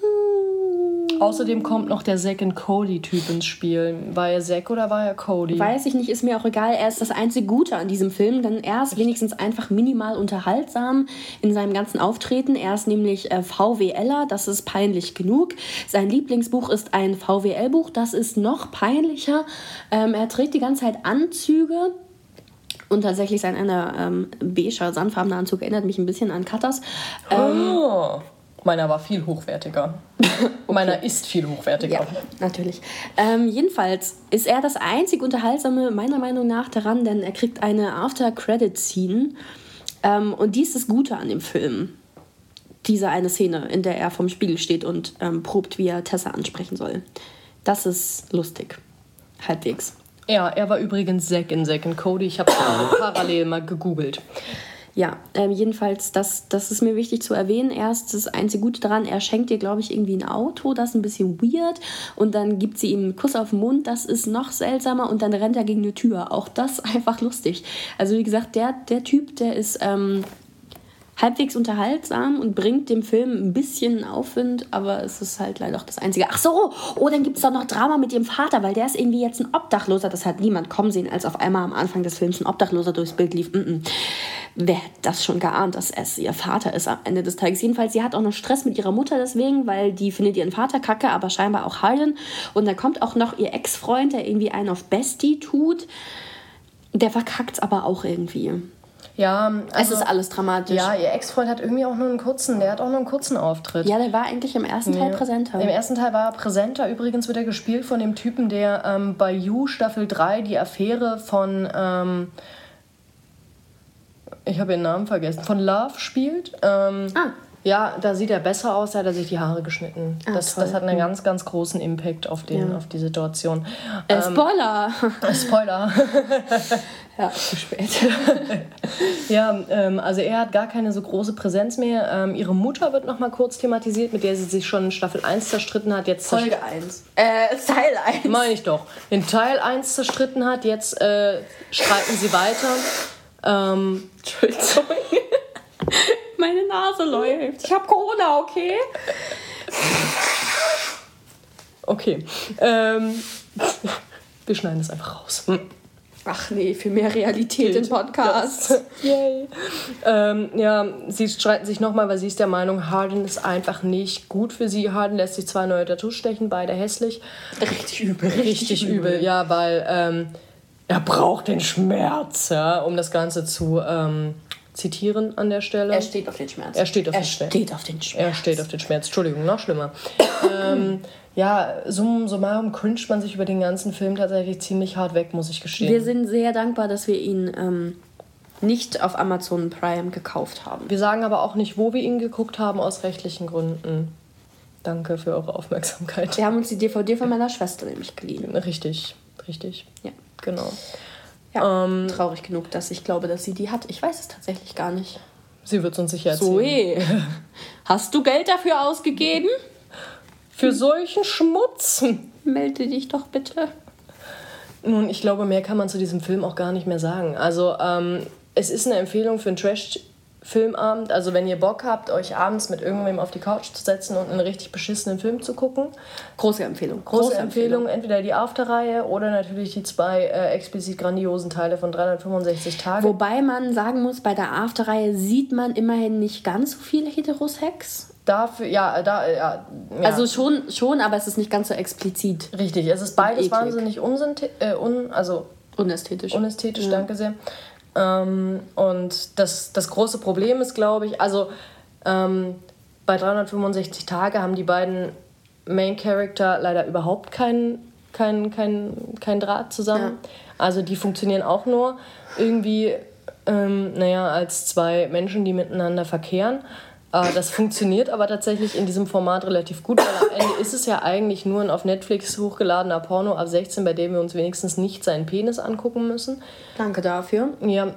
Außerdem kommt noch der Zack und Cody-Typ ins Spiel. War er Zack oder war er Cody? Weiß ich nicht, ist mir auch egal. Er ist das einzige Gute an diesem Film, denn er ist wenigstens einfach minimal unterhaltsam in seinem ganzen Auftreten. Er ist nämlich VWLer, das ist peinlich genug. Sein Lieblingsbuch ist ein VWL-Buch, das ist noch peinlicher. Er trägt die ganze Zeit Anzüge. Und tatsächlich sein beiger, sandfarbener Anzug erinnert mich ein bisschen an Katas. Meiner war viel hochwertiger. Meiner ist viel hochwertiger. Ja, natürlich. Jedenfalls ist er das einzig Unterhaltsame meiner Meinung nach daran, denn er kriegt eine After-Credit-Scene. Und die ist das Gute an dem Film. Diese eine Szene, in der er vorm Spiegel steht und probt, wie er Tessa ansprechen soll. Das ist lustig. Halbwegs. Ja, er war übrigens Zack in Zack und Cody. Ich habe parallel mal gegoogelt. Ja, jedenfalls, das ist mir wichtig zu erwähnen. Erst das einzige Gute daran, er schenkt ihr, glaube ich, irgendwie ein Auto, das ist ein bisschen weird. Und dann gibt sie ihm einen Kuss auf den Mund, das ist noch seltsamer. Und dann rennt er gegen eine Tür. Auch das einfach lustig. Also wie gesagt, der Typ, der ist halbwegs unterhaltsam und bringt dem Film ein bisschen Aufwind, aber es ist halt leider auch das Einzige. Ach so, dann gibt es doch noch Drama mit ihrem Vater, weil der ist irgendwie jetzt ein Obdachloser. Das hat niemand kommen sehen, als auf einmal am Anfang des Films ein Obdachloser durchs Bild lief. Wer hätte das schon geahnt, dass es ihr Vater ist am Ende des Tages? Jedenfalls, sie hat auch noch Stress mit ihrer Mutter deswegen, weil die findet ihren Vater kacke, aber scheinbar auch Harlan. Und dann kommt auch noch ihr Ex-Freund, der irgendwie einen auf Bestie tut. Der verkackt's aber auch irgendwie. Ja, also, es ist alles dramatisch. Ja, ihr Ex-Freund hat irgendwie auch nur einen kurzen Auftritt. Ja, der war eigentlich im ersten Teil präsenter. Im ersten Teil war er präsenter. Übrigens wird er gespielt von dem Typen, der bei You Staffel 3 die Affäre von, ich habe ihren Namen vergessen, von Love spielt. Ja, da sieht er besser aus, da hat er sich die Haare geschnitten. Das hat einen ganz, ganz großen Impact auf die Situation. Spoiler! Spoiler! Ja, zu spät. Ja, also er hat gar keine so große Präsenz mehr. Ihre Mutter wird noch mal kurz thematisiert, mit der sie sich schon in Staffel 1 zerstritten hat. Jetzt Folge 1. Teil 1. Meine ich doch. In Teil 1 zerstritten hat, jetzt streiten sie weiter. Entschuldigung. Meine Nase läuft. Ich habe Corona, okay? Okay. Wir schneiden das einfach raus. Ach nee, für mehr Realität im Podcast. Yay. Ja, sie streiten sich nochmal, weil sie ist der Meinung, Harlan ist einfach nicht gut für sie. Harlan lässt sich 2 neue Tattoos stechen, beide hässlich. Richtig übel. Richtig übel, ja, weil er braucht den Schmerz, ja, um das Ganze zu zitieren an der Stelle. Er steht auf den Schmerz. Er steht auf den Schmerz. Entschuldigung, noch schlimmer. Ja, summarum cringet man sich über den ganzen Film tatsächlich ziemlich hart weg, muss ich gestehen. Wir sind sehr dankbar, dass wir ihn nicht auf Amazon Prime gekauft haben. Wir sagen aber auch nicht, wo wir ihn geguckt haben, aus rechtlichen Gründen. Danke für eure Aufmerksamkeit. Wir haben uns die DVD von meiner Schwester nämlich geliehen. Richtig. Ja. Genau. Ja, traurig genug, dass ich glaube, dass sie die hat. Ich weiß es tatsächlich gar nicht. Sie wird es uns sicher erzählen. Zoe, hast du Geld dafür ausgegeben? Für solchen Schmutz? Melde dich doch bitte. Nun, ich glaube, mehr kann man zu diesem Film auch gar nicht mehr sagen. Also, es ist eine Empfehlung für einen Filmabend. Also wenn ihr Bock habt, euch abends mit irgendwem auf die Couch zu setzen und einen richtig beschissenen Film zu gucken. Große Empfehlung. Große Empfehlung. Entweder die After-Reihe oder natürlich die 2 explizit grandiosen Teile von 365 Tage. Wobei man sagen muss, bei der After-Reihe sieht man immerhin nicht ganz so viele Heterosex. Dafür, ja. Also schon, aber es ist nicht ganz so explizit. Richtig, es ist beides wahnsinnig unästhetisch. Unästhetisch, danke sehr. Und das große Problem ist, glaube ich, bei 365 Tage haben die beiden Main Character leider überhaupt kein Draht zusammen. Ja. Also die funktionieren auch nur irgendwie, als 2 Menschen, die miteinander verkehren. Das funktioniert aber tatsächlich in diesem Format relativ gut, weil am Ende ist es ja eigentlich nur ein auf Netflix hochgeladener Porno ab 16, bei dem wir uns wenigstens nicht seinen Penis angucken müssen. Danke dafür. Ja,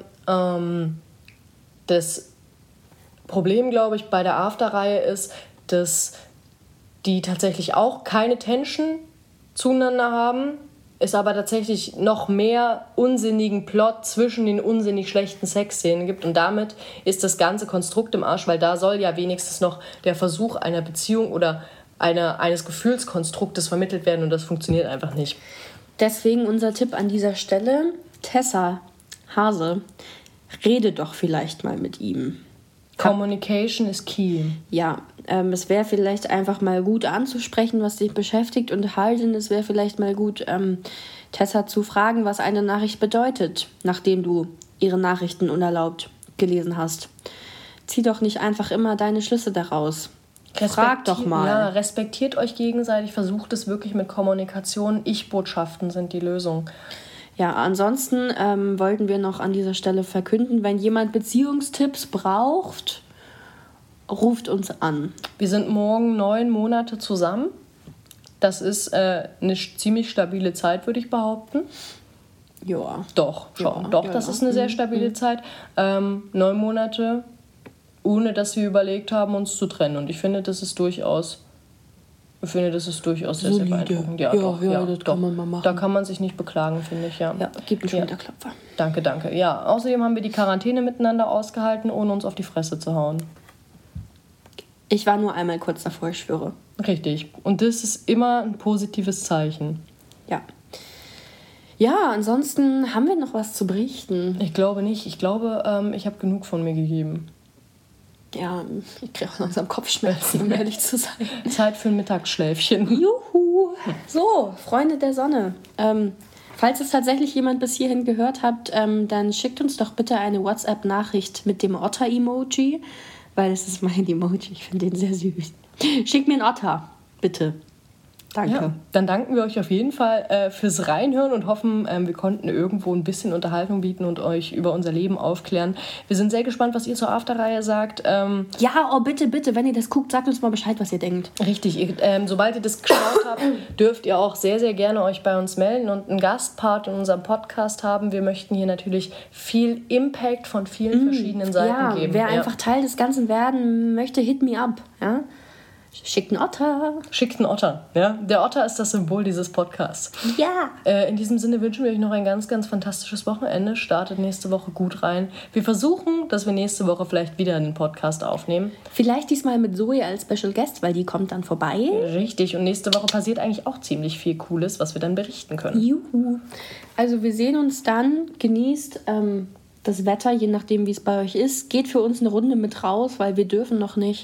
das Problem, glaube ich, bei der After-Reihe ist, dass die tatsächlich auch keine Tension zueinander haben, es aber tatsächlich noch mehr unsinnigen Plot zwischen den unsinnig schlechten Sexszenen gibt und damit ist das ganze Konstrukt im Arsch, weil da soll ja wenigstens noch der Versuch einer Beziehung oder eines Gefühlskonstruktes vermittelt werden und das funktioniert einfach nicht. Deswegen unser Tipp an dieser Stelle, Tessa Hase, rede doch vielleicht mal mit ihm. Communication is key. Ja, es wäre vielleicht einfach mal gut anzusprechen, was dich beschäftigt und halten. Es wäre vielleicht mal gut, Tessa zu fragen, was eine Nachricht bedeutet, nachdem du ihre Nachrichten unerlaubt gelesen hast. Zieh doch nicht einfach immer deine Schlüsse daraus. Frag doch mal. Ja, respektiert euch gegenseitig, versucht es wirklich mit Kommunikation. Ich-Botschaften sind die Lösung. Ja, ansonsten wollten wir noch an dieser Stelle verkünden, wenn jemand Beziehungstipps braucht, ruft uns an. Wir sind morgen 9 Monate zusammen. Das ist eine ziemlich stabile Zeit, würde ich behaupten. Ja. Doch, schon. Ja, doch, ja, das ist eine sehr stabile Zeit. 9 Monate, ohne dass wir überlegt haben, uns zu trennen. Und ich finde, das ist durchaus sehr, sehr beeindruckend. Ja, das kann man mal machen. Da kann man sich nicht beklagen, finde ich, ja. Ja, gibt einen Schulterklopfer. Danke. Ja, außerdem haben wir die Quarantäne miteinander ausgehalten, ohne uns auf die Fresse zu hauen. Ich war nur einmal kurz davor, ich schwöre. Richtig. Und das ist immer ein positives Zeichen. Ja. Ja, ansonsten haben wir noch was zu berichten. Ich glaube nicht. Ich glaube, ich habe genug von mir gegeben. Ja, ich kriege auch langsam Kopfschmerzen, um ehrlich zu sein. Zeit für ein Mittagsschläfchen. Juhu! So, Freunde der Sonne. Falls es tatsächlich jemand bis hierhin gehört habt, dann schickt uns doch bitte eine WhatsApp-Nachricht mit dem Otter-Emoji, weil es ist mein Emoji, ich finde den sehr süß. Schickt mir einen Otter, bitte. Danke. Ja, dann danken wir euch auf jeden Fall fürs Reinhören und hoffen, wir konnten irgendwo ein bisschen Unterhaltung bieten und euch über unser Leben aufklären. Wir sind sehr gespannt, was ihr zur After-Reihe sagt. Ja, oh bitte, wenn ihr das guckt, sagt uns mal Bescheid, was ihr denkt. Richtig, sobald ihr das geschaut habt, dürft ihr auch sehr, sehr gerne euch bei uns melden und einen Gastpart in unserem Podcast haben. Wir möchten hier natürlich viel Impact von vielen verschiedenen Seiten geben. Wer einfach Teil des Ganzen werden möchte, hit me up. Ja? Schickt einen Otter. Ja? Der Otter ist das Symbol dieses Podcasts. Ja. In diesem Sinne wünschen wir euch noch ein ganz, ganz fantastisches Wochenende. Startet nächste Woche gut rein. Wir versuchen, dass wir nächste Woche vielleicht wieder einen Podcast aufnehmen. Vielleicht diesmal mit Zoe als Special Guest, weil die kommt dann vorbei. Richtig. Und nächste Woche passiert eigentlich auch ziemlich viel Cooles, was wir dann berichten können. Juhu. Also wir sehen uns dann. Genießt das Wetter, je nachdem, wie es bei euch ist. Geht für uns eine Runde mit raus, weil wir dürfen noch nicht.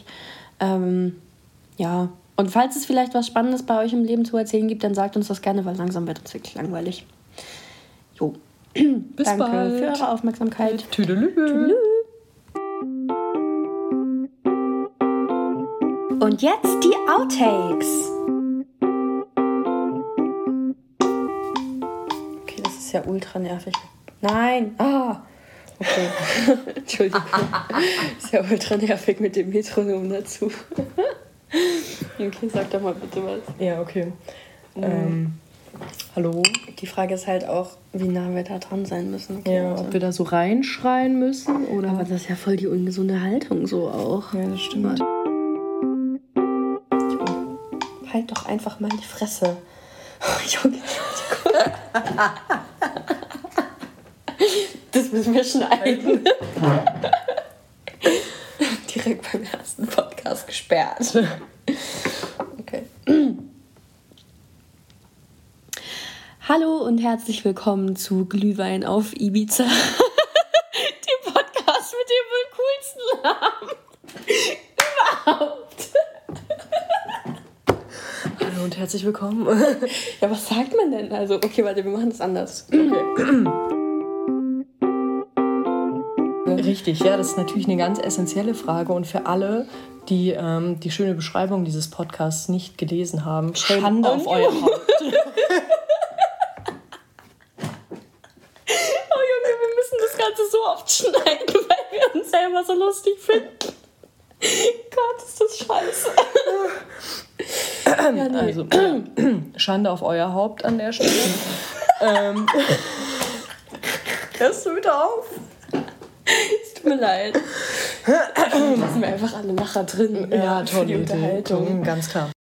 Ja, und falls es vielleicht was Spannendes bei euch im Leben zu erzählen gibt, dann sagt uns das gerne, weil langsam wird uns wirklich langweilig. Jo. Bis Danke bald. für eure Aufmerksamkeit. Tüdelü. Tüdelü. Und jetzt die Outtakes. Okay, das ist ja ultra nervig. Nein. Okay. Entschuldigung. Ist ja ultra nervig mit dem Metronom dazu. Okay, sag doch mal bitte was. Ja, okay. Hallo? Die Frage ist halt auch, wie nah wir da dran sein müssen. Okay, ja, ob wir da so reinschreien müssen, oder? Aber das ist ja voll die ungesunde Haltung so auch. Ja, das stimmt. Halt doch einfach mal die Fresse. Junge, das müssen wir schneiden. direkt beim ersten Podcast gesperrt. Okay. Hallo und herzlich willkommen zu Glühwein auf Ibiza. Dem Podcast mit dem wohl coolsten Namen überhaupt. Hallo und herzlich willkommen. Ja, was sagt man denn? Also, okay, warte, wir machen das anders. Okay. Richtig, ja, das ist natürlich eine ganz essentielle Frage und für alle, die die schöne Beschreibung dieses Podcasts nicht gelesen haben, Schande auf euer Haupt. Oh Junge, wir müssen das Ganze so oft schneiden, weil wir uns selber so lustig finden. Gott, ist das scheiße. Ja, nee. Also, Schande auf euer Haupt an der Stelle. Hörst du wieder auf? Es tut mir leid. Lassen wir einfach alle nachher drin. Ja, tolle Unterhaltung. Idee. Ganz klar.